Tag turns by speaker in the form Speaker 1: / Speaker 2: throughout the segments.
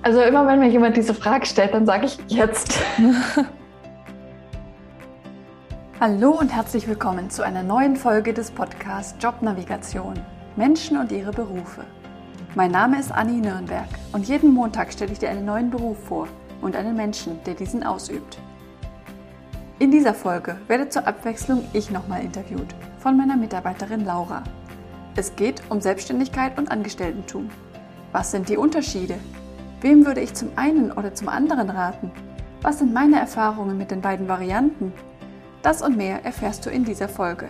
Speaker 1: Also immer wenn mir jemand diese Frage stellt, dann sage ich jetzt.
Speaker 2: Hallo und herzlich willkommen zu einer neuen Folge des Podcasts Jobnavigation – Menschen und ihre Berufe. Mein Name ist Anni Nürnberg und jeden Montag stelle ich dir einen neuen Beruf vor und einen Menschen, der diesen ausübt. In dieser Folge werde zur Abwechslung ich nochmal interviewt von meiner Mitarbeiterin Laura. Es geht um Selbstständigkeit und Angestelltentum. Was sind die Unterschiede? Wem würde ich zum einen oder zum anderen raten? Was sind meine Erfahrungen mit den beiden Varianten? Das und mehr erfährst du in dieser Folge.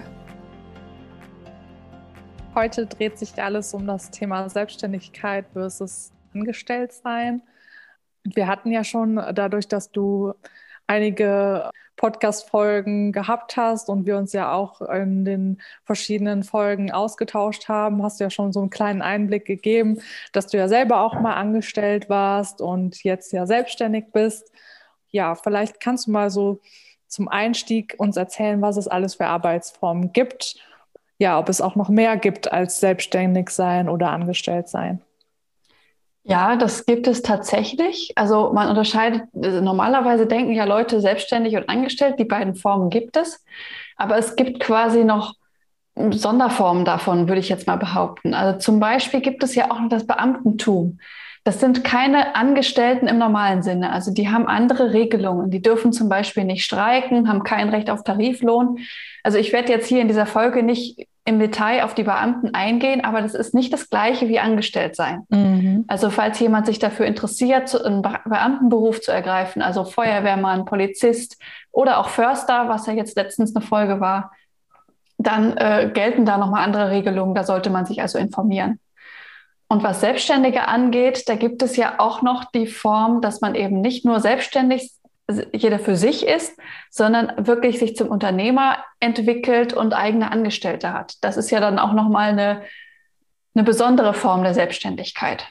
Speaker 3: Heute dreht sich alles um das Thema Selbstständigkeit versus Angestelltsein. Wir hatten ja schon, dadurch, dass du einige Podcast-Folgen gehabt hast und wir uns ja auch in den verschiedenen Folgen ausgetauscht haben, hast du ja schon so einen kleinen Einblick gegeben, dass du ja selber auch mal angestellt warst und jetzt ja selbstständig bist. Ja, vielleicht kannst du mal so zum Einstieg uns erzählen, was es alles für Arbeitsformen gibt. Ja, ob es auch noch mehr gibt als selbstständig sein oder angestellt sein.
Speaker 1: Ja, das gibt es tatsächlich. Also man unterscheidet, normalerweise denken ja Leute selbstständig und angestellt, die beiden Formen gibt es. Aber es gibt quasi noch Sonderformen davon, würde ich jetzt mal behaupten. Also zum Beispiel gibt es ja auch noch das Beamtentum. Das sind keine Angestellten im normalen Sinne. Also die haben andere Regelungen. Die dürfen zum Beispiel nicht streiken, haben kein Recht auf Tariflohn. Also ich werde jetzt hier in dieser Folge nicht im Detail auf die Beamten eingehen, aber das ist nicht das Gleiche wie angestellt sein.
Speaker 3: Mhm.
Speaker 1: Also falls jemand sich dafür interessiert, einen Beamtenberuf zu ergreifen, also Feuerwehrmann, Polizist oder auch Förster, was ja jetzt letztens eine Folge war, dann gelten da nochmal andere Regelungen. Da sollte man sich also informieren. Und was Selbstständige angeht, da gibt es ja auch noch die Form, dass man eben nicht nur selbstständig jeder für sich ist, sondern wirklich sich zum Unternehmer entwickelt und eigene Angestellte hat. Das ist ja dann auch nochmal eine besondere Form der Selbstständigkeit.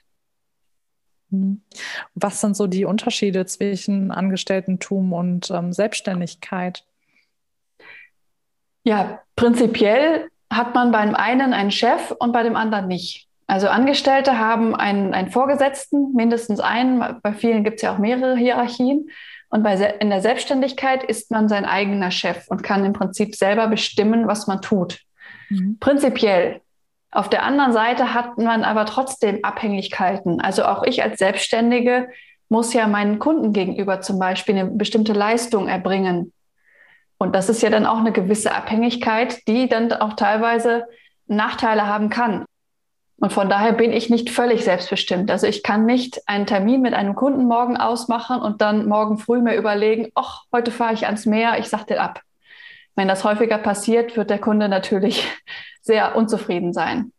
Speaker 3: Was sind so die Unterschiede zwischen Angestelltentum und Selbstständigkeit?
Speaker 1: Ja, prinzipiell hat man beim einen einen Chef und bei dem anderen nicht. Also Angestellte haben einen Vorgesetzten, mindestens einen. Bei vielen gibt es ja auch mehrere Hierarchien. Und in der Selbstständigkeit ist man sein eigener Chef und kann im Prinzip selber bestimmen, was man tut. Prinzipiell. Auf der anderen Seite hat man aber trotzdem Abhängigkeiten. Also auch ich als Selbstständige muss ja meinen Kunden gegenüber zum Beispiel eine bestimmte Leistung erbringen. Und das ist ja dann auch eine gewisse Abhängigkeit, die dann auch teilweise Nachteile haben kann. Und von daher bin ich nicht völlig selbstbestimmt. Also ich kann nicht einen Termin mit einem Kunden morgen ausmachen und dann morgen früh mir überlegen, ach, heute fahre ich ans Meer, ich sage dir ab. Wenn das häufiger passiert, wird der Kunde natürlich sehr unzufrieden sein.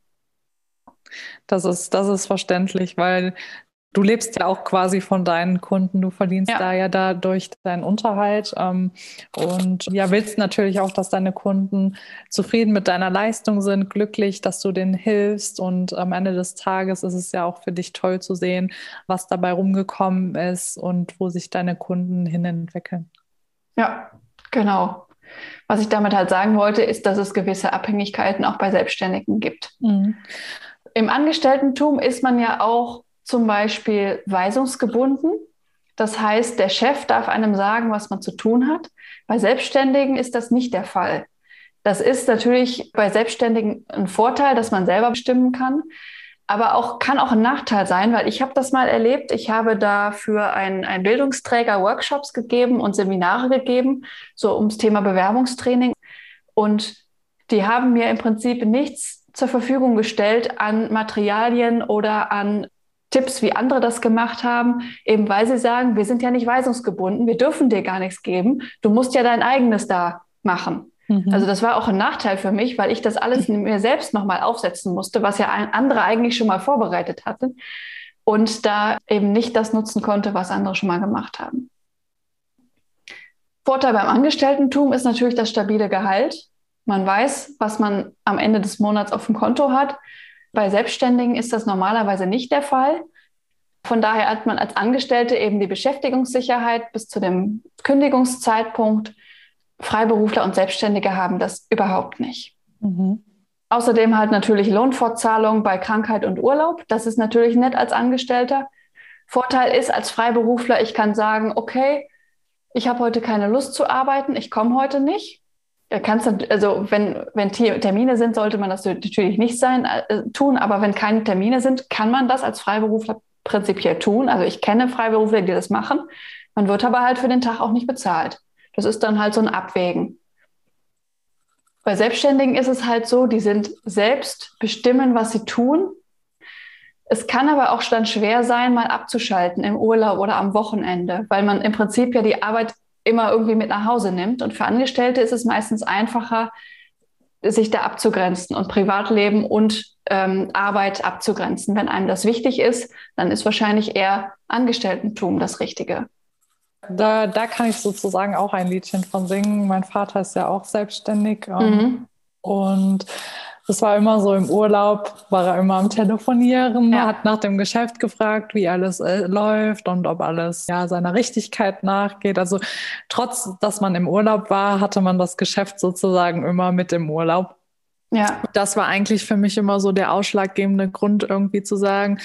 Speaker 3: Das ist verständlich, weil du lebst ja auch quasi von deinen Kunden. Du verdienst da ja dadurch deinen Unterhalt und ja, willst natürlich auch, dass deine Kunden zufrieden mit deiner Leistung sind, glücklich, dass du denen hilfst. Und am Ende des Tages ist es ja auch für dich toll zu sehen, was dabei rumgekommen ist und wo sich deine Kunden hin entwickeln.
Speaker 1: Ja, genau. Was ich damit halt sagen wollte, ist, dass es gewisse Abhängigkeiten auch bei Selbstständigen gibt. Mhm. Im Angestelltentum ist man ja auch zum Beispiel weisungsgebunden. Das heißt, der Chef darf einem sagen, was man zu tun hat. Bei Selbstständigen ist das nicht der Fall. Das ist natürlich bei Selbstständigen ein Vorteil, dass man selber bestimmen kann, aber kann auch ein Nachteil sein, weil ich habe das mal erlebt. Ich habe da für einen Bildungsträger Workshops gegeben und Seminare gegeben, so ums Thema Bewerbungstraining. Und die haben mir im Prinzip nichts zur Verfügung gestellt an Materialien oder an Tipps, wie andere das gemacht haben, eben weil sie sagen, wir sind ja nicht weisungsgebunden, wir dürfen dir gar nichts geben, du musst ja dein eigenes da machen. Mhm. Also das war auch ein Nachteil für mich, weil ich das alles mir selbst nochmal aufsetzen musste, was ja andere eigentlich schon mal vorbereitet hatten und da eben nicht das nutzen konnte, was andere schon mal gemacht haben. Vorteil beim Angestelltentum ist natürlich das stabile Gehalt. Man weiß, was man am Ende des Monats auf dem Konto hat. Bei Selbstständigen ist das normalerweise nicht der Fall. Von daher hat man als Angestellte eben die Beschäftigungssicherheit bis zu dem Kündigungszeitpunkt. Freiberufler und Selbstständige haben das überhaupt nicht. Mhm. Außerdem halt natürlich Lohnfortzahlung bei Krankheit und Urlaub. Das ist natürlich nett als Angestellter. Vorteil ist als Freiberufler, ich kann sagen, okay, ich habe heute keine Lust zu arbeiten, ich komme heute nicht. Also wenn Termine sind, sollte man das natürlich nicht tun, aber wenn keine Termine sind, kann man das als Freiberufler prinzipiell tun. Also ich kenne Freiberufler, die das machen. Man wird aber halt für den Tag auch nicht bezahlt. Das ist dann halt so ein Abwägen. Bei Selbstständigen ist es halt so, die sind selbst bestimmen, was sie tun. Es kann aber auch dann schwer sein, mal abzuschalten im Urlaub oder am Wochenende, weil man im Prinzip ja die Arbeit immer irgendwie mit nach Hause nimmt. Und für Angestellte ist es meistens einfacher, sich da abzugrenzen und Privatleben und Arbeit abzugrenzen. Wenn einem das wichtig ist, dann ist wahrscheinlich eher Angestelltentum das Richtige.
Speaker 3: Da kann ich sozusagen auch ein Liedchen von singen. Mein Vater ist ja auch selbstständig und das war immer so, im Urlaub war er immer am Telefonieren, hat nach dem Geschäft gefragt, wie alles läuft und ob alles seiner Richtigkeit nachgeht. Also trotz, dass man im Urlaub war, hatte man das Geschäft sozusagen immer mit im Urlaub. Ja. Das war eigentlich für mich immer so der ausschlaggebende Grund, irgendwie zu sagen,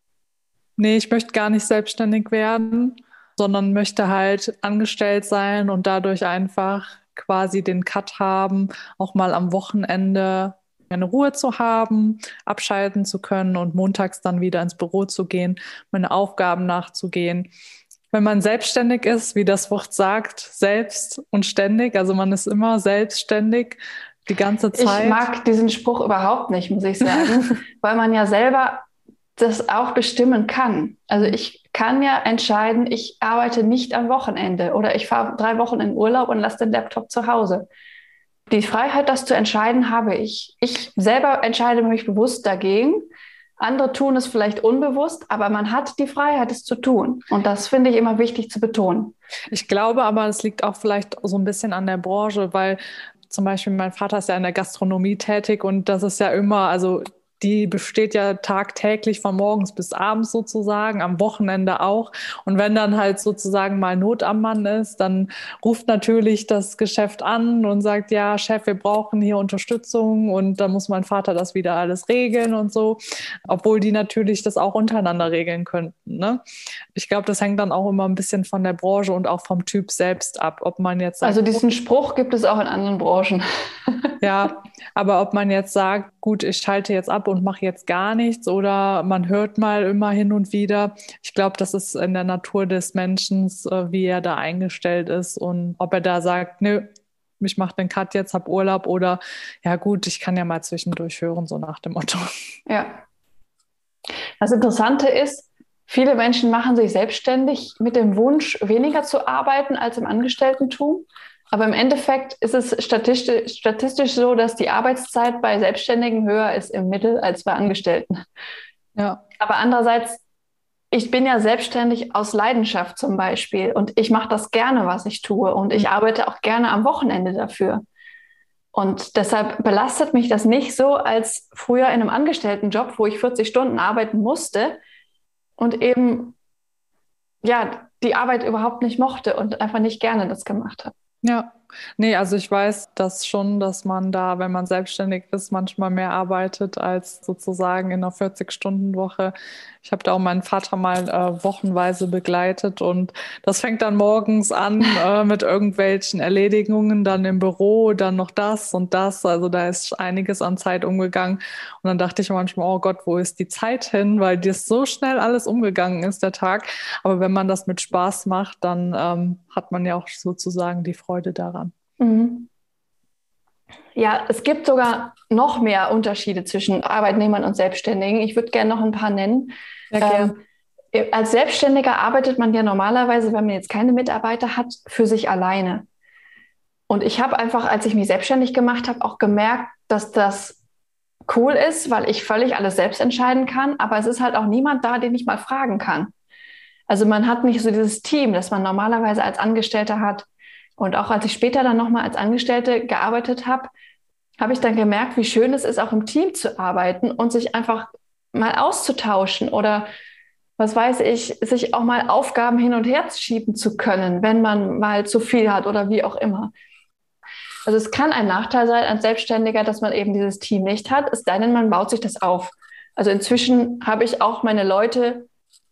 Speaker 3: nee, ich möchte gar nicht selbstständig werden, sondern möchte halt angestellt sein und dadurch einfach quasi den Cut haben, auch mal am Wochenende eine Ruhe zu haben, abschalten zu können und montags dann wieder ins Büro zu gehen, meine Aufgaben nachzugehen. Wenn man selbstständig ist, wie das Wort sagt, selbst und ständig, also man ist immer selbstständig die ganze Zeit.
Speaker 1: Ich mag diesen Spruch überhaupt nicht, muss ich sagen, weil man ja selber das auch bestimmen kann. Also ich kann ja entscheiden, ich arbeite nicht am Wochenende oder ich fahre 3 Wochen in Urlaub und lasse den Laptop zu Hause. Die Freiheit, das zu entscheiden, habe ich. Ich selber entscheide mich bewusst dagegen. Andere tun es vielleicht unbewusst, aber man hat die Freiheit, es zu tun. Und das finde ich immer wichtig zu betonen.
Speaker 3: Ich glaube aber, es liegt auch vielleicht so ein bisschen an der Branche, weil zum Beispiel mein Vater ist ja in der Gastronomie tätig und das ist ja immer, also die besteht ja tagtäglich von morgens bis abends sozusagen, am Wochenende auch. Und wenn dann halt sozusagen mal Not am Mann ist, dann ruft natürlich das Geschäft an und sagt, ja, Chef, wir brauchen hier Unterstützung und dann muss mein Vater das wieder alles regeln und so, obwohl die natürlich das auch untereinander regeln könnten. Ne? Ich glaube, das hängt dann auch immer ein bisschen von der Branche und auch vom Typ selbst ab, ob man jetzt sagt,
Speaker 1: also diesen Spruch gibt es auch in anderen Branchen.
Speaker 3: Ja, aber ob man jetzt sagt, gut, ich schalte jetzt ab und mache jetzt gar nichts oder man hört mal immer hin und wieder. Ich glaube, das ist in der Natur des Menschen, wie er da eingestellt ist und ob er da sagt, nö, ich mache den Cut jetzt, hab Urlaub oder ja gut, ich kann ja mal zwischendurch hören, so nach dem Motto.
Speaker 1: Ja. Das Interessante ist, viele Menschen machen sich selbstständig mit dem Wunsch, weniger zu arbeiten als im Angestelltentum. Aber im Endeffekt ist es statistisch so, dass die Arbeitszeit bei Selbstständigen höher ist im Mittel als bei Angestellten. Ja. Aber andererseits, ich bin ja selbstständig aus Leidenschaft zum Beispiel und ich mache das gerne, was ich tue und ich arbeite auch gerne am Wochenende dafür. Und deshalb belastet mich das nicht so als früher in einem Angestelltenjob, wo ich 40 Stunden arbeiten musste und eben die Arbeit überhaupt nicht mochte und einfach nicht gerne das gemacht habe.
Speaker 3: Ja, nee, also ich weiß das schon, dass man da, wenn man selbstständig ist, manchmal mehr arbeitet als sozusagen in einer 40-Stunden-Woche. Ich habe da auch meinen Vater mal wochenweise begleitet und das fängt dann morgens an mit irgendwelchen Erledigungen, dann im Büro, dann noch das und das. Also da ist einiges an Zeit umgegangen. Und dann dachte ich manchmal, oh Gott, wo ist die Zeit hin? Weil das so schnell alles umgegangen ist, der Tag. Aber wenn man das mit Spaß macht, dann hat man ja auch sozusagen die Freude daran.
Speaker 1: Mhm. Ja, es gibt sogar noch mehr Unterschiede zwischen Arbeitnehmern und Selbstständigen. Ich würde gerne noch ein paar nennen. Als Selbstständiger arbeitet man ja normalerweise, wenn man jetzt keine Mitarbeiter hat, für sich alleine. Und ich habe einfach, als ich mich selbstständig gemacht habe, auch gemerkt, dass das cool ist, weil ich völlig alles selbst entscheiden kann. Aber es ist halt auch niemand da, den ich mal fragen kann. Also man hat nicht so dieses Team, das man normalerweise als Angestellter hat. Und auch als ich später dann nochmal als Angestellte gearbeitet habe, habe ich dann gemerkt, wie schön es ist, auch im Team zu arbeiten und sich einfach mal auszutauschen oder, was weiß ich, sich auch mal Aufgaben hin und her schieben zu können, wenn man mal zu viel hat oder wie auch immer. Also es kann ein Nachteil sein als Selbstständiger, dass man eben dieses Team nicht hat, es sei denn, man baut sich das auf. Also inzwischen habe ich auch meine Leute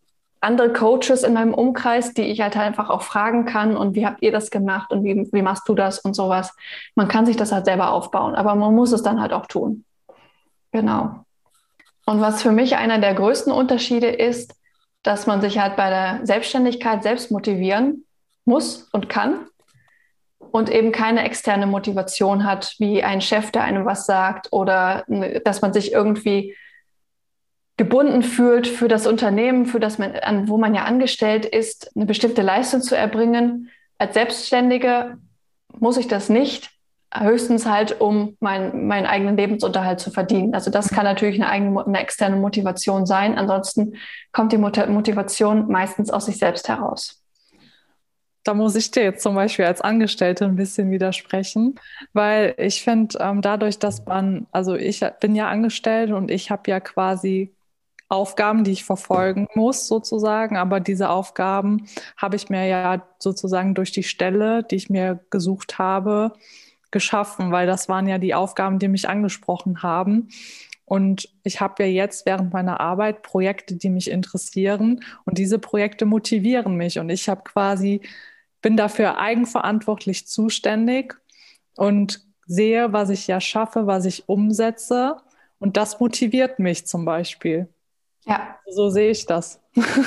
Speaker 1: andere Coaches in meinem Umkreis, die ich halt einfach auch fragen kann und wie habt ihr das gemacht und wie machst du das und sowas. Man kann sich das halt selber aufbauen, aber man muss es dann halt auch tun. Genau. Und was für mich einer der größten Unterschiede ist, dass man sich halt bei der Selbstständigkeit selbst motivieren muss und kann und eben keine externe Motivation hat, wie ein Chef, der einem was sagt oder dass man sich irgendwie gebunden fühlt für das Unternehmen, für das wo man ja angestellt ist, eine bestimmte Leistung zu erbringen. Als Selbstständige muss ich das nicht, höchstens halt, um meinen eigenen Lebensunterhalt zu verdienen. Also das kann natürlich eine externe Motivation sein. Ansonsten kommt die Motivation meistens aus sich selbst heraus.
Speaker 3: Da muss ich dir jetzt zum Beispiel als Angestellte ein bisschen widersprechen, weil ich finde, dadurch, dass also ich bin ja angestellt und ich habe ja quasi Aufgaben, die ich verfolgen muss, sozusagen. Aber diese Aufgaben habe ich mir ja sozusagen durch die Stelle, die ich mir gesucht habe, geschaffen, weil das waren ja die Aufgaben, die mich angesprochen haben. Und ich habe ja jetzt während meiner Arbeit Projekte, die mich interessieren. Und diese Projekte motivieren mich. Und ich bin dafür eigenverantwortlich zuständig und sehe, was ich ja schaffe, was ich umsetze. Und das motiviert mich zum Beispiel.
Speaker 1: Ja.
Speaker 3: So sehe ich das.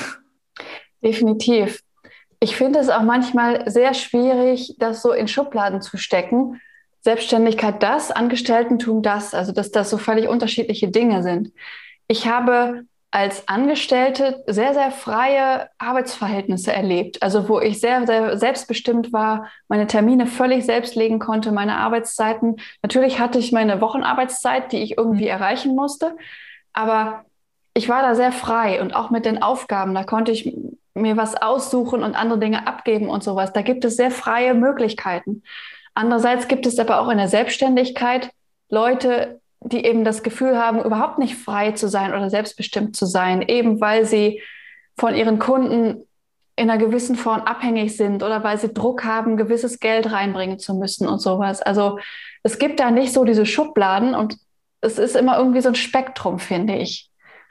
Speaker 1: Definitiv. Ich finde es auch manchmal sehr schwierig, das so in Schubladen zu stecken. Selbstständigkeit das, Angestelltentum das, also dass das so völlig unterschiedliche Dinge sind. Ich habe als Angestellte sehr, sehr freie Arbeitsverhältnisse erlebt, also wo ich sehr, sehr selbstbestimmt war, meine Termine völlig selbst legen konnte, meine Arbeitszeiten. Natürlich hatte ich meine Wochenarbeitszeit, die ich irgendwie erreichen musste, aber ich war da sehr frei und auch mit den Aufgaben, da konnte ich mir was aussuchen und andere Dinge abgeben und sowas. Da gibt es sehr freie Möglichkeiten. Andererseits gibt es aber auch in der Selbstständigkeit Leute, die eben das Gefühl haben, überhaupt nicht frei zu sein oder selbstbestimmt zu sein, eben weil sie von ihren Kunden in einer gewissen Form abhängig sind oder weil sie Druck haben, gewisses Geld reinbringen zu müssen und sowas. Also es gibt da nicht so diese Schubladen und es ist immer irgendwie so ein Spektrum, finde ich.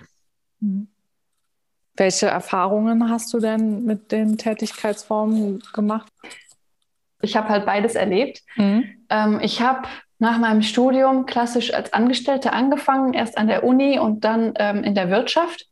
Speaker 3: Welche Erfahrungen hast du denn mit den Tätigkeitsformen gemacht?
Speaker 1: Ich habe halt beides erlebt. Ich habe nach meinem Studium klassisch als Angestellte angefangen, erst an der Uni und dann in der Wirtschaft.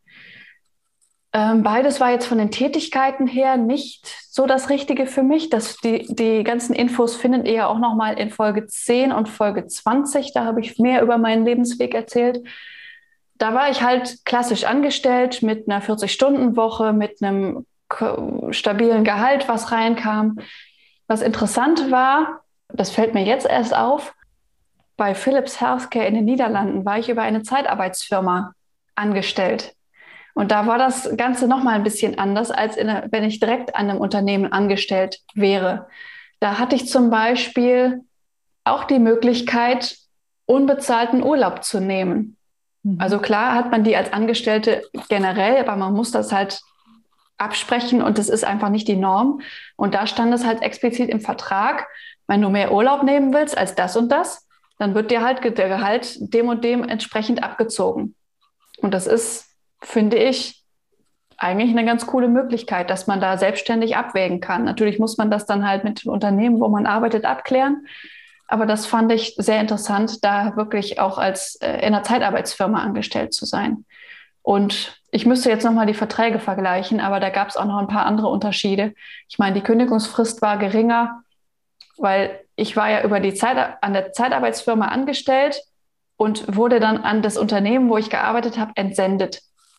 Speaker 1: Beides war jetzt von den Tätigkeiten her nicht so das Richtige für mich. Die ganzen Infos findet ihr ja auch nochmal in Folge 10 und Folge 20. Da habe ich mehr über meinen Lebensweg erzählt. Da war ich halt klassisch angestellt mit einer 40-Stunden-Woche, mit einem stabilen Gehalt, was reinkam. Was interessant war, das fällt mir jetzt erst auf, bei Philips Healthcare in den Niederlanden war ich über eine Zeitarbeitsfirma angestellt. Und da war das Ganze nochmal ein bisschen anders, als wenn ich direkt an einem Unternehmen angestellt wäre. Da hatte ich zum Beispiel auch die Möglichkeit, unbezahlten Urlaub zu nehmen. Also klar hat man die als Angestellte generell, aber man muss das halt absprechen und das ist einfach nicht die Norm. Und da stand es halt explizit im Vertrag, wenn du mehr Urlaub nehmen willst als das und das, dann wird dir halt der Gehalt dem und dem entsprechend abgezogen. Und das ist, finde ich, eigentlich eine ganz coole Möglichkeit, dass man da selbstständig abwägen kann. Natürlich muss man das dann halt mit dem Unternehmen, wo man arbeitet, abklären. Aber das fand ich sehr interessant, da wirklich auch als in einer Zeitarbeitsfirma angestellt zu sein. Und ich müsste jetzt nochmal die Verträge vergleichen, aber da gab es auch noch ein paar andere Unterschiede. Ich meine, die Kündigungsfrist war geringer, weil ich war ja über die an der Zeitarbeitsfirma angestellt und wurde dann an das Unternehmen, wo ich gearbeitet habe, entsendet.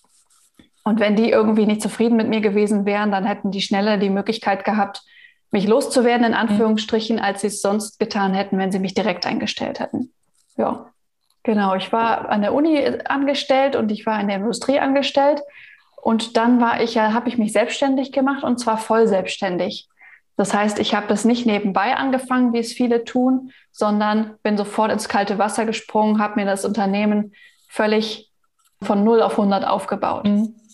Speaker 1: Und wenn die irgendwie nicht zufrieden mit mir gewesen wären, dann hätten die schneller die Möglichkeit gehabt, mich loszuwerden, in Anführungsstrichen, als sie es sonst getan hätten, wenn sie mich direkt eingestellt hätten. Ja, genau. Ich war an der Uni angestellt und ich war in der Industrie angestellt. Und dann habe ich mich selbstständig gemacht und zwar voll selbstständig. Das heißt, ich habe das nicht nebenbei angefangen, wie es viele tun, sondern bin sofort ins kalte Wasser gesprungen, habe mir das Unternehmen völlig von 0 auf 100 aufgebaut.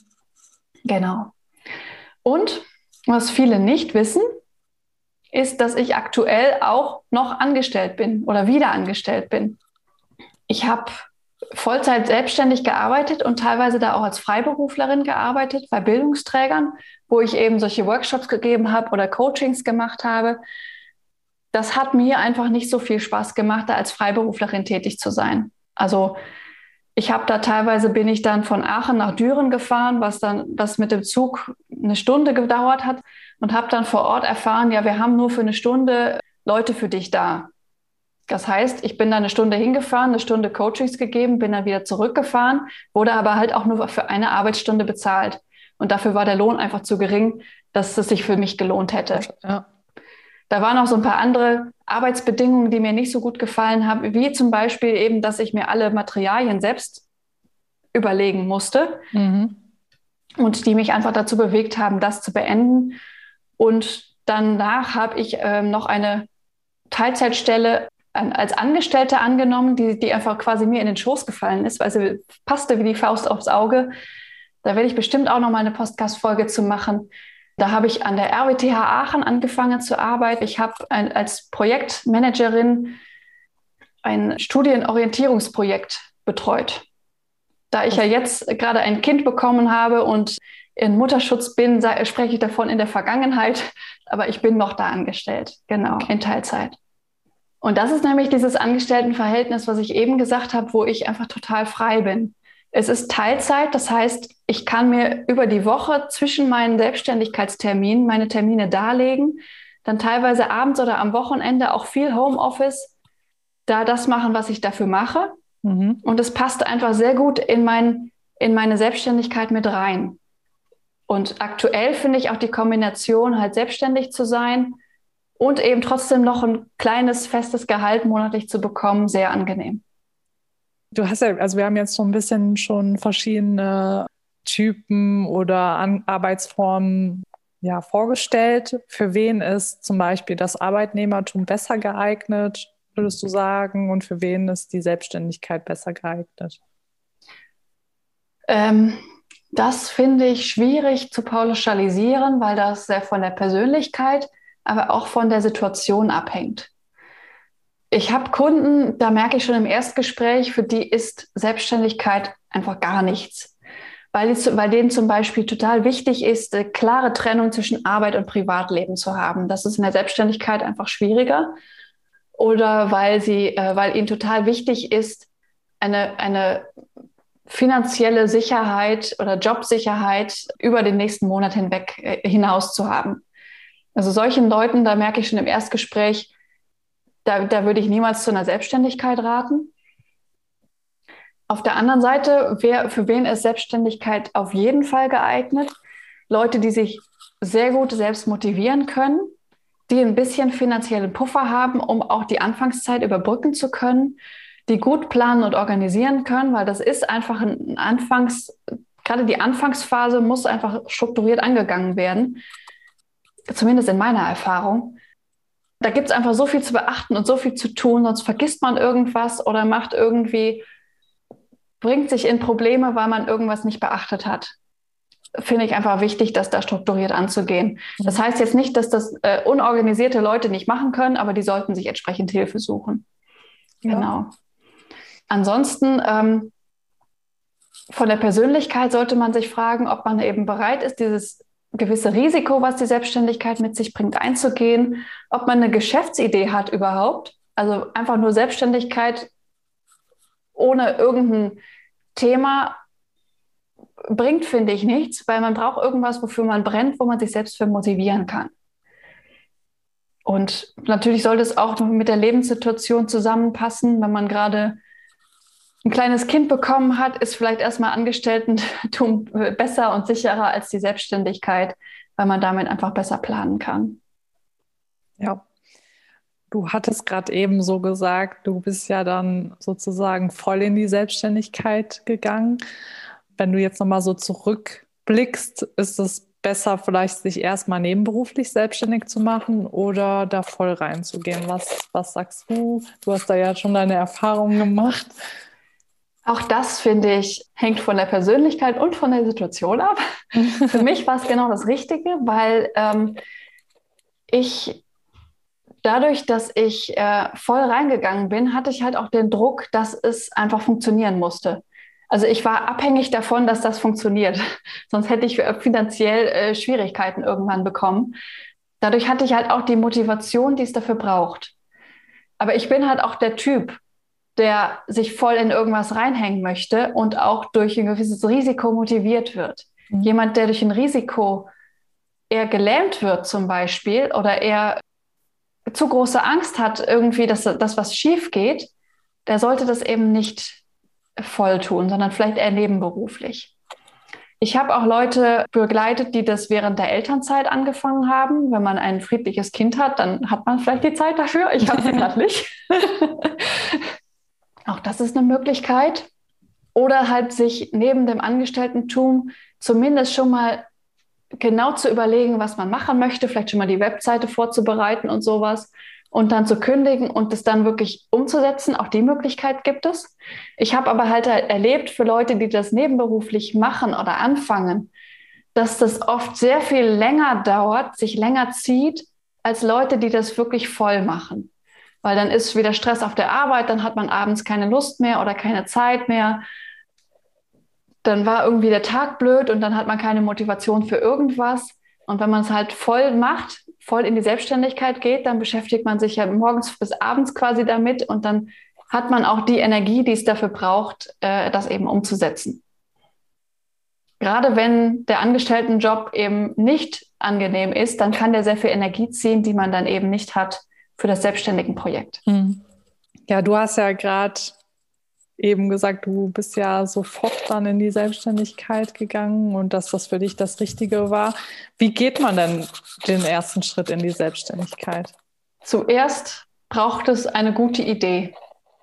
Speaker 1: Genau. Und was viele nicht wissen, ist, dass ich aktuell auch noch angestellt bin oder wieder angestellt bin. Ich habe Vollzeit selbstständig gearbeitet und teilweise da auch als Freiberuflerin gearbeitet bei Bildungsträgern, wo ich eben solche Workshops gegeben habe oder Coachings gemacht habe. Das hat mir einfach nicht so viel Spaß gemacht, da als Freiberuflerin tätig zu sein. Also bin ich dann von Aachen nach Düren gefahren, was mit dem Zug eine Stunde gedauert hat und habe dann vor Ort erfahren, ja, wir haben nur für eine Stunde Leute für dich da. Das heißt, ich bin da eine Stunde hingefahren, eine Stunde Coachings gegeben, bin dann wieder zurückgefahren, wurde aber halt auch nur für eine Arbeitsstunde bezahlt. Und dafür war der Lohn einfach zu gering, dass es sich für mich gelohnt hätte. Ja. Da waren auch so ein paar andere Arbeitsbedingungen, die mir nicht so gut gefallen haben, wie zum Beispiel eben, dass ich mir alle Materialien selbst überlegen musste und die mich einfach dazu bewegt haben, das zu beenden. Und danach habe ich noch eine Teilzeitstelle als Angestellte angenommen, die einfach quasi mir in den Schoß gefallen ist, weil sie passte wie die Faust aufs Auge. Da werde ich bestimmt auch noch mal eine Podcast-Folge zu machen. Da habe ich an der RWTH Aachen angefangen zu arbeiten. Ich habe als Projektmanagerin ein Studienorientierungsprojekt betreut. Da ich ja jetzt gerade ein Kind bekommen habe und in Mutterschutz bin, spreche ich davon in der Vergangenheit, aber ich bin noch da angestellt, genau, in Teilzeit. Und das ist nämlich dieses Angestelltenverhältnis, was ich eben gesagt habe, wo ich einfach total frei bin. Es ist Teilzeit, das heißt, ich kann mir über die Woche zwischen meinen Selbstständigkeitsterminen meine Termine darlegen, dann teilweise abends oder am Wochenende auch viel Homeoffice, da das machen, was ich dafür mache. Und es passt einfach sehr gut in meine Selbstständigkeit mit rein. Und aktuell finde ich auch die Kombination, halt selbstständig zu sein und eben trotzdem noch ein kleines, festes Gehalt monatlich zu bekommen, sehr angenehm.
Speaker 3: Du hast ja, also wir haben jetzt so ein bisschen schon verschiedene Typen oder Arbeitsformen vorgestellt. Für wen ist zum Beispiel das Arbeitnehmertum besser geeignet, würdest du sagen? Und für wen ist die Selbstständigkeit besser geeignet?
Speaker 1: Das finde ich schwierig zu pauschalisieren, weil das sehr von der Persönlichkeit, aber auch von der Situation abhängt. Ich habe Kunden, da merke ich schon im Erstgespräch, für die ist Selbstständigkeit einfach gar nichts. Weil denen zum Beispiel total wichtig ist, eine klare Trennung zwischen Arbeit und Privatleben zu haben. Das ist in der Selbstständigkeit einfach schwieriger. Oder weil ihnen total wichtig ist, eine finanzielle Sicherheit oder Jobsicherheit über den nächsten Monat hinweg hinaus zu haben. Also solchen Leuten, da merke ich schon im Erstgespräch, da würde ich niemals zu einer Selbstständigkeit raten. Auf der anderen Seite, für wen ist Selbstständigkeit auf jeden Fall geeignet? Leute, die sich sehr gut selbst motivieren können, die ein bisschen finanziellen Puffer haben, um auch die Anfangszeit überbrücken zu können, die gut planen und organisieren können, weil das ist einfach gerade die Anfangsphase muss einfach strukturiert angegangen werden, zumindest in meiner Erfahrung. Da gibt es einfach so viel zu beachten und so viel zu tun, sonst vergisst man irgendwas oder bringt sich in Probleme, weil man irgendwas nicht beachtet hat. Finde ich einfach wichtig, das da strukturiert anzugehen. Das heißt jetzt nicht, dass das unorganisierte Leute nicht machen können, aber die sollten sich entsprechend Hilfe suchen. Ja. Genau. Ansonsten von der Persönlichkeit sollte man sich fragen, ob man eben bereit ist, dieses gewisse Risiko, was die Selbstständigkeit mit sich bringt, einzugehen, ob man eine Geschäftsidee hat überhaupt. Also einfach nur Selbstständigkeit ohne irgendein Thema bringt, finde ich, nichts, weil man braucht irgendwas, wofür man brennt, wo man sich selbst für motivieren kann. Und natürlich sollte es auch mit der Lebenssituation zusammenpassen. Wenn man gerade ein kleines Kind bekommen hat, ist vielleicht erstmal Angestelltentum besser und sicherer als die Selbstständigkeit, weil man damit einfach besser planen kann.
Speaker 3: Ja. Du hattest gerade eben so gesagt, du bist ja dann sozusagen voll in die Selbstständigkeit gegangen. Wenn du jetzt nochmal so zurückblickst, ist es besser, vielleicht sich erstmal nebenberuflich selbstständig zu machen oder da voll reinzugehen? Was sagst du? Du hast da ja schon deine Erfahrungen gemacht.
Speaker 1: Auch das, finde ich, hängt von der Persönlichkeit und von der Situation ab. Für mich war es genau das Richtige, weil ich dadurch, dass ich voll reingegangen bin, hatte ich halt auch den Druck, dass es einfach funktionieren musste. Also ich war abhängig davon, dass das funktioniert. Sonst hätte ich finanziell Schwierigkeiten irgendwann bekommen. Dadurch hatte ich halt auch die Motivation, die es dafür braucht. Aber ich bin halt auch der Typ, der sich voll in irgendwas reinhängen möchte und auch durch ein gewisses Risiko motiviert wird. Mhm. Jemand, der durch ein Risiko eher gelähmt wird zum Beispiel oder eher zu große Angst hat irgendwie, dass was schief geht, der sollte das eben nicht voll tun, sondern vielleicht eher nebenberuflich. Ich habe auch Leute begleitet, die das während der Elternzeit angefangen haben. Wenn man ein friedliches Kind hat, dann hat man vielleicht die Zeit dafür. Ich habe sie gerade nicht. Auch das ist eine Möglichkeit. Oder halt sich neben dem Angestellten-Tum zumindest schon mal genau zu überlegen, was man machen möchte, vielleicht schon mal die Webseite vorzubereiten und sowas und dann zu kündigen und das dann wirklich umzusetzen. Auch die Möglichkeit gibt es. Ich habe aber halt erlebt für Leute, die das nebenberuflich machen oder anfangen, dass das oft sehr viel länger dauert, sich länger zieht, als Leute, die das wirklich voll machen. Weil dann ist wieder Stress auf der Arbeit, dann hat man abends keine Lust mehr oder keine Zeit mehr. Dann war irgendwie der Tag blöd und dann hat man keine Motivation für irgendwas. Und wenn man es halt voll macht, voll in die Selbstständigkeit geht, dann beschäftigt man sich ja morgens bis abends quasi damit und dann hat man auch die Energie, die es dafür braucht, das eben umzusetzen. Gerade wenn der Angestelltenjob eben nicht angenehm ist, dann kann der sehr viel Energie ziehen, die man dann eben nicht hat für das Selbstständigenprojekt.
Speaker 3: Ja, du hast ja gerade eben gesagt, du bist ja sofort dann in die Selbstständigkeit gegangen und dass das für dich das Richtige war. Wie geht man denn den ersten Schritt in die Selbstständigkeit?
Speaker 1: Zuerst braucht es eine gute Idee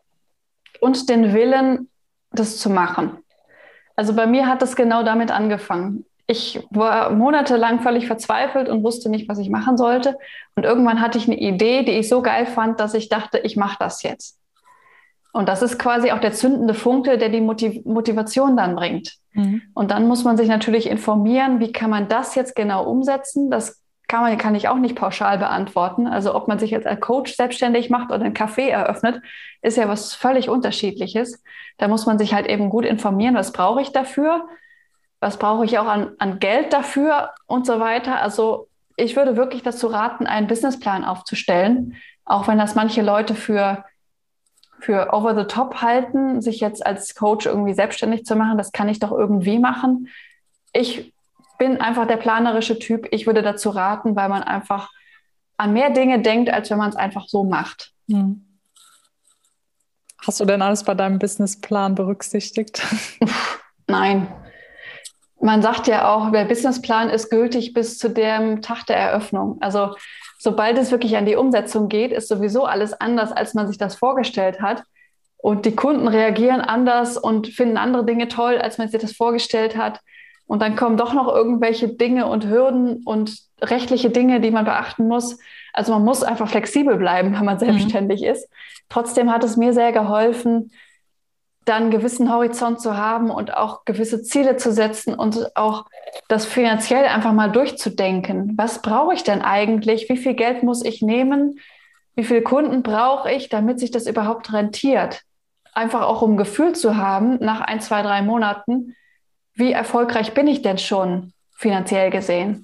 Speaker 1: und den Willen, das zu machen. Also bei mir hat es genau damit angefangen. Ich war monatelang völlig verzweifelt und wusste nicht, was ich machen sollte. Und irgendwann hatte ich eine Idee, die ich so geil fand, dass ich dachte, ich mache das jetzt. Und das ist quasi auch der zündende Funke, der die Motivation dann bringt. Mhm. Und dann muss man sich natürlich informieren, wie kann man das jetzt genau umsetzen? Das kann ich auch nicht pauschal beantworten. Also ob man sich jetzt als Coach selbstständig macht oder ein Café eröffnet, ist ja was völlig Unterschiedliches. Da muss man sich halt eben gut informieren, was brauche ich dafür? Was brauche ich auch an Geld dafür und so weiter? Also ich würde wirklich dazu raten, einen Businessplan aufzustellen, auch wenn das manche Leute für over the top halten, sich jetzt als Coach irgendwie selbstständig zu machen, das kann ich doch irgendwie machen. Ich bin einfach der planerische Typ. Ich würde dazu raten, weil man einfach an mehr Dinge denkt, als wenn man es einfach so macht.
Speaker 3: Hm. Hast du denn alles bei deinem Businessplan berücksichtigt?
Speaker 1: Nein. Man sagt ja auch, der Businessplan ist gültig bis zu dem Tag der Eröffnung. Also sobald es wirklich an die Umsetzung geht, ist sowieso alles anders, als man sich das vorgestellt hat. Und die Kunden reagieren anders und finden andere Dinge toll, als man sich das vorgestellt hat. Und dann kommen doch noch irgendwelche Dinge und Hürden und rechtliche Dinge, die man beachten muss. Also man muss einfach flexibel bleiben, wenn man selbstständig ist. Trotzdem hat es mir sehr geholfen, dann einen gewissen Horizont zu haben und auch gewisse Ziele zu setzen und auch das finanziell einfach mal durchzudenken. Was brauche ich denn eigentlich? Wie viel Geld muss ich nehmen? Wie viele Kunden brauche ich, damit sich das überhaupt rentiert? Einfach auch um ein Gefühl zu haben, nach 1, 2, 3 Monaten, wie erfolgreich bin ich denn schon finanziell gesehen?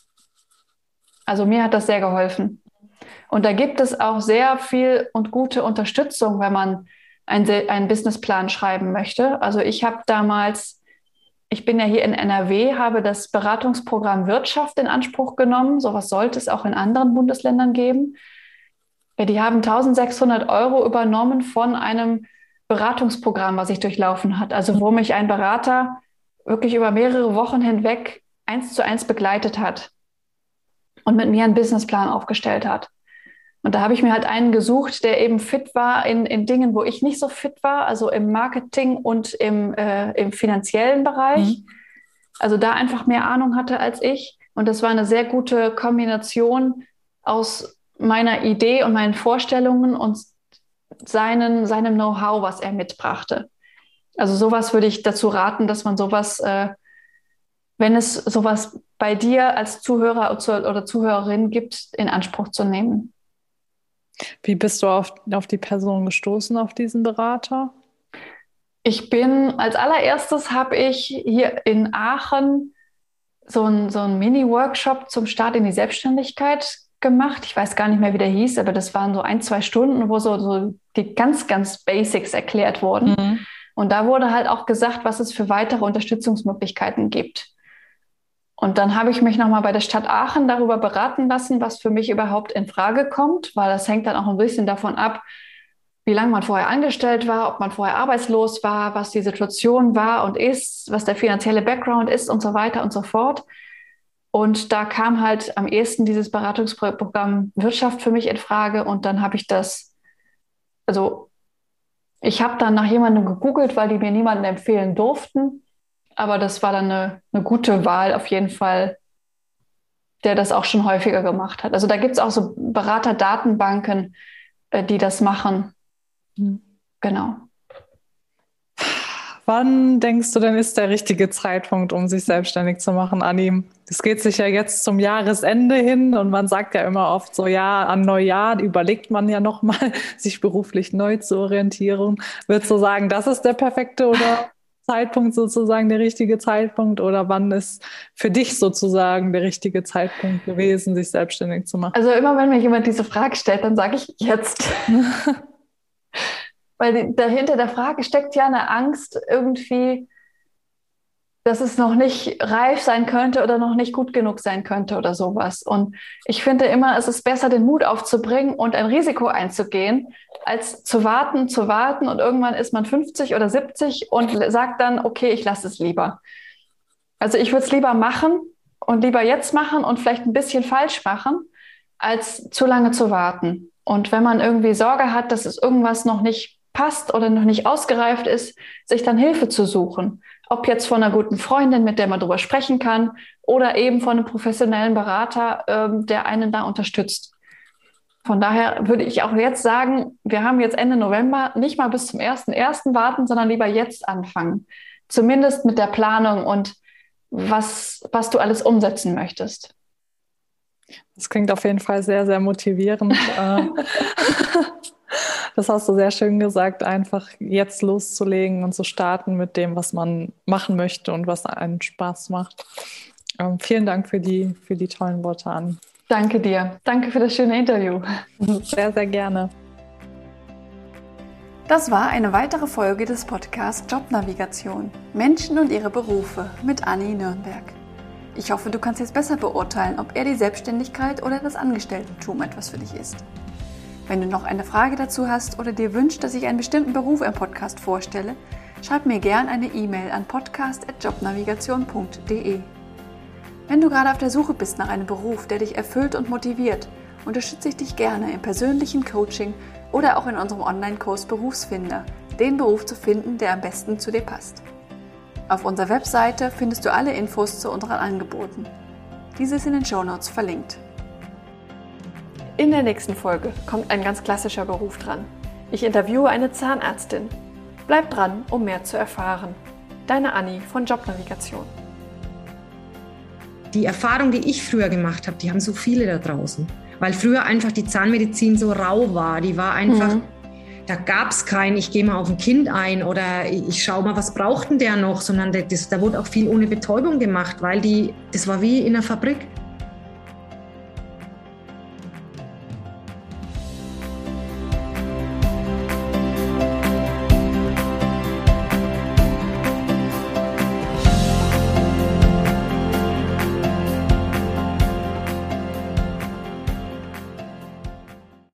Speaker 1: Also mir hat das sehr geholfen. Und da gibt es auch sehr viel und gute Unterstützung, wenn man einen Businessplan schreiben möchte. Also ich bin ja hier in NRW, habe das Beratungsprogramm Wirtschaft in Anspruch genommen. Sowas sollte es auch in anderen Bundesländern geben. Ja, die haben 1.600 € übernommen von einem Beratungsprogramm, was ich durchlaufen hat. Also wo mich ein Berater wirklich über mehrere Wochen hinweg 1:1 begleitet hat und mit mir einen Businessplan aufgestellt hat. Und da habe ich mir halt einen gesucht, der eben fit war in Dingen, wo ich nicht so fit war, also im Marketing und im finanziellen Bereich. Mhm. Also da einfach mehr Ahnung hatte als ich. Und das war eine sehr gute Kombination aus meiner Idee und meinen Vorstellungen und seinem Know-how, was er mitbrachte. Also sowas würde ich dazu raten, dass man sowas, wenn es sowas bei dir als Zuhörer oder Zuhörerin gibt, in Anspruch zu nehmen.
Speaker 3: Wie bist du auf die Person gestoßen, auf diesen Berater?
Speaker 1: Als allererstes habe ich hier in Aachen so einen Mini-Workshop zum Start in die Selbstständigkeit gemacht. Ich weiß gar nicht mehr, wie der hieß, aber das waren so 1-2 Stunden, wo so die ganz, ganz Basics erklärt wurden. Mhm. Und da wurde halt auch gesagt, was es für weitere Unterstützungsmöglichkeiten gibt. Und dann habe ich mich nochmal bei der Stadt Aachen darüber beraten lassen, was für mich überhaupt in Frage kommt, weil das hängt dann auch ein bisschen davon ab, wie lange man vorher angestellt war, ob man vorher arbeitslos war, was die Situation war und ist, was der finanzielle Background ist und so weiter und so fort. Und da kam halt am ehesten dieses Beratungsprogramm Wirtschaft für mich in Frage. Und dann habe ich ich habe dann nach jemandem gegoogelt, weil die mir niemanden empfehlen durften. Aber das war dann eine gute Wahl auf jeden Fall, der das auch schon häufiger gemacht hat. Also da gibt es auch so Beraterdatenbanken, die das machen. Mhm. Genau.
Speaker 3: Wann denkst du denn, ist der richtige Zeitpunkt, um sich selbstständig zu machen, Anni? Es geht sich ja jetzt zum Jahresende hin und man sagt ja immer oft so, ja, an Neujahr überlegt man ja nochmal, sich beruflich neu zu orientieren. Würdest du sagen, das ist der perfekte Zeitpunkt sozusagen, der richtige Zeitpunkt? Oder wann ist für dich sozusagen der richtige Zeitpunkt gewesen, sich selbstständig zu machen?
Speaker 1: Also immer, wenn mir jemand diese Frage stellt, dann sage ich jetzt. Weil dahinter der Frage steckt ja eine Angst irgendwie, dass es noch nicht reif sein könnte oder noch nicht gut genug sein könnte oder sowas. Und ich finde immer, es ist besser, den Mut aufzubringen und ein Risiko einzugehen, als zu warten und irgendwann ist man 50 oder 70 und sagt dann, okay, ich lasse es lieber. Also ich würde es lieber machen und lieber jetzt machen und vielleicht ein bisschen falsch machen, als zu lange zu warten. Und wenn man irgendwie Sorge hat, dass es irgendwas noch nicht passt oder noch nicht ausgereift ist, sich dann Hilfe zu suchen. Ob jetzt von einer guten Freundin, mit der man darüber sprechen kann, oder eben von einem professionellen Berater, der einen da unterstützt. Von daher würde ich auch jetzt sagen, wir haben jetzt Ende November, nicht mal bis zum 1.1. warten, sondern lieber jetzt anfangen. Zumindest mit der Planung und was du alles umsetzen möchtest.
Speaker 3: Das klingt auf jeden Fall sehr, sehr motivierend. Das hast du sehr schön gesagt, einfach jetzt loszulegen und zu starten mit dem, was man machen möchte und was einen Spaß macht. Vielen Dank für die tollen Worte, Anni.
Speaker 1: Danke dir. Danke für das schöne Interview.
Speaker 3: Sehr, sehr gerne.
Speaker 2: Das war eine weitere Folge des Podcasts Jobnavigation. Menschen und ihre Berufe mit Anni Nürnberg. Ich hoffe, du kannst jetzt besser beurteilen, ob eher die Selbstständigkeit oder das Angestelltentum etwas für dich ist. Wenn du noch eine Frage dazu hast oder dir wünschst, dass ich einen bestimmten Beruf im Podcast vorstelle, schreib mir gern eine E-Mail an podcast@jobnavigation.de. Wenn du gerade auf der Suche bist nach einem Beruf, der dich erfüllt und motiviert, unterstütze ich dich gerne im persönlichen Coaching oder auch in unserem Online-Kurs Berufsfinder, den Beruf zu finden, der am besten zu dir passt. Auf unserer Webseite findest du alle Infos zu unseren Angeboten. Diese ist in den Shownotes verlinkt. In der nächsten Folge kommt ein ganz klassischer Beruf dran. Ich interviewe eine Zahnärztin. Bleib dran, um mehr zu erfahren. Deine Anni von Jobnavigation.
Speaker 4: Die Erfahrung, die ich früher gemacht habe, die haben so viele da draußen. Weil früher einfach die Zahnmedizin so rau war. Die war einfach, da gab es kein, ich gehe mal auf ein Kind ein oder ich schaue mal, was braucht denn der noch, sondern da wurde auch viel ohne Betäubung gemacht, weil das war wie in einer Fabrik.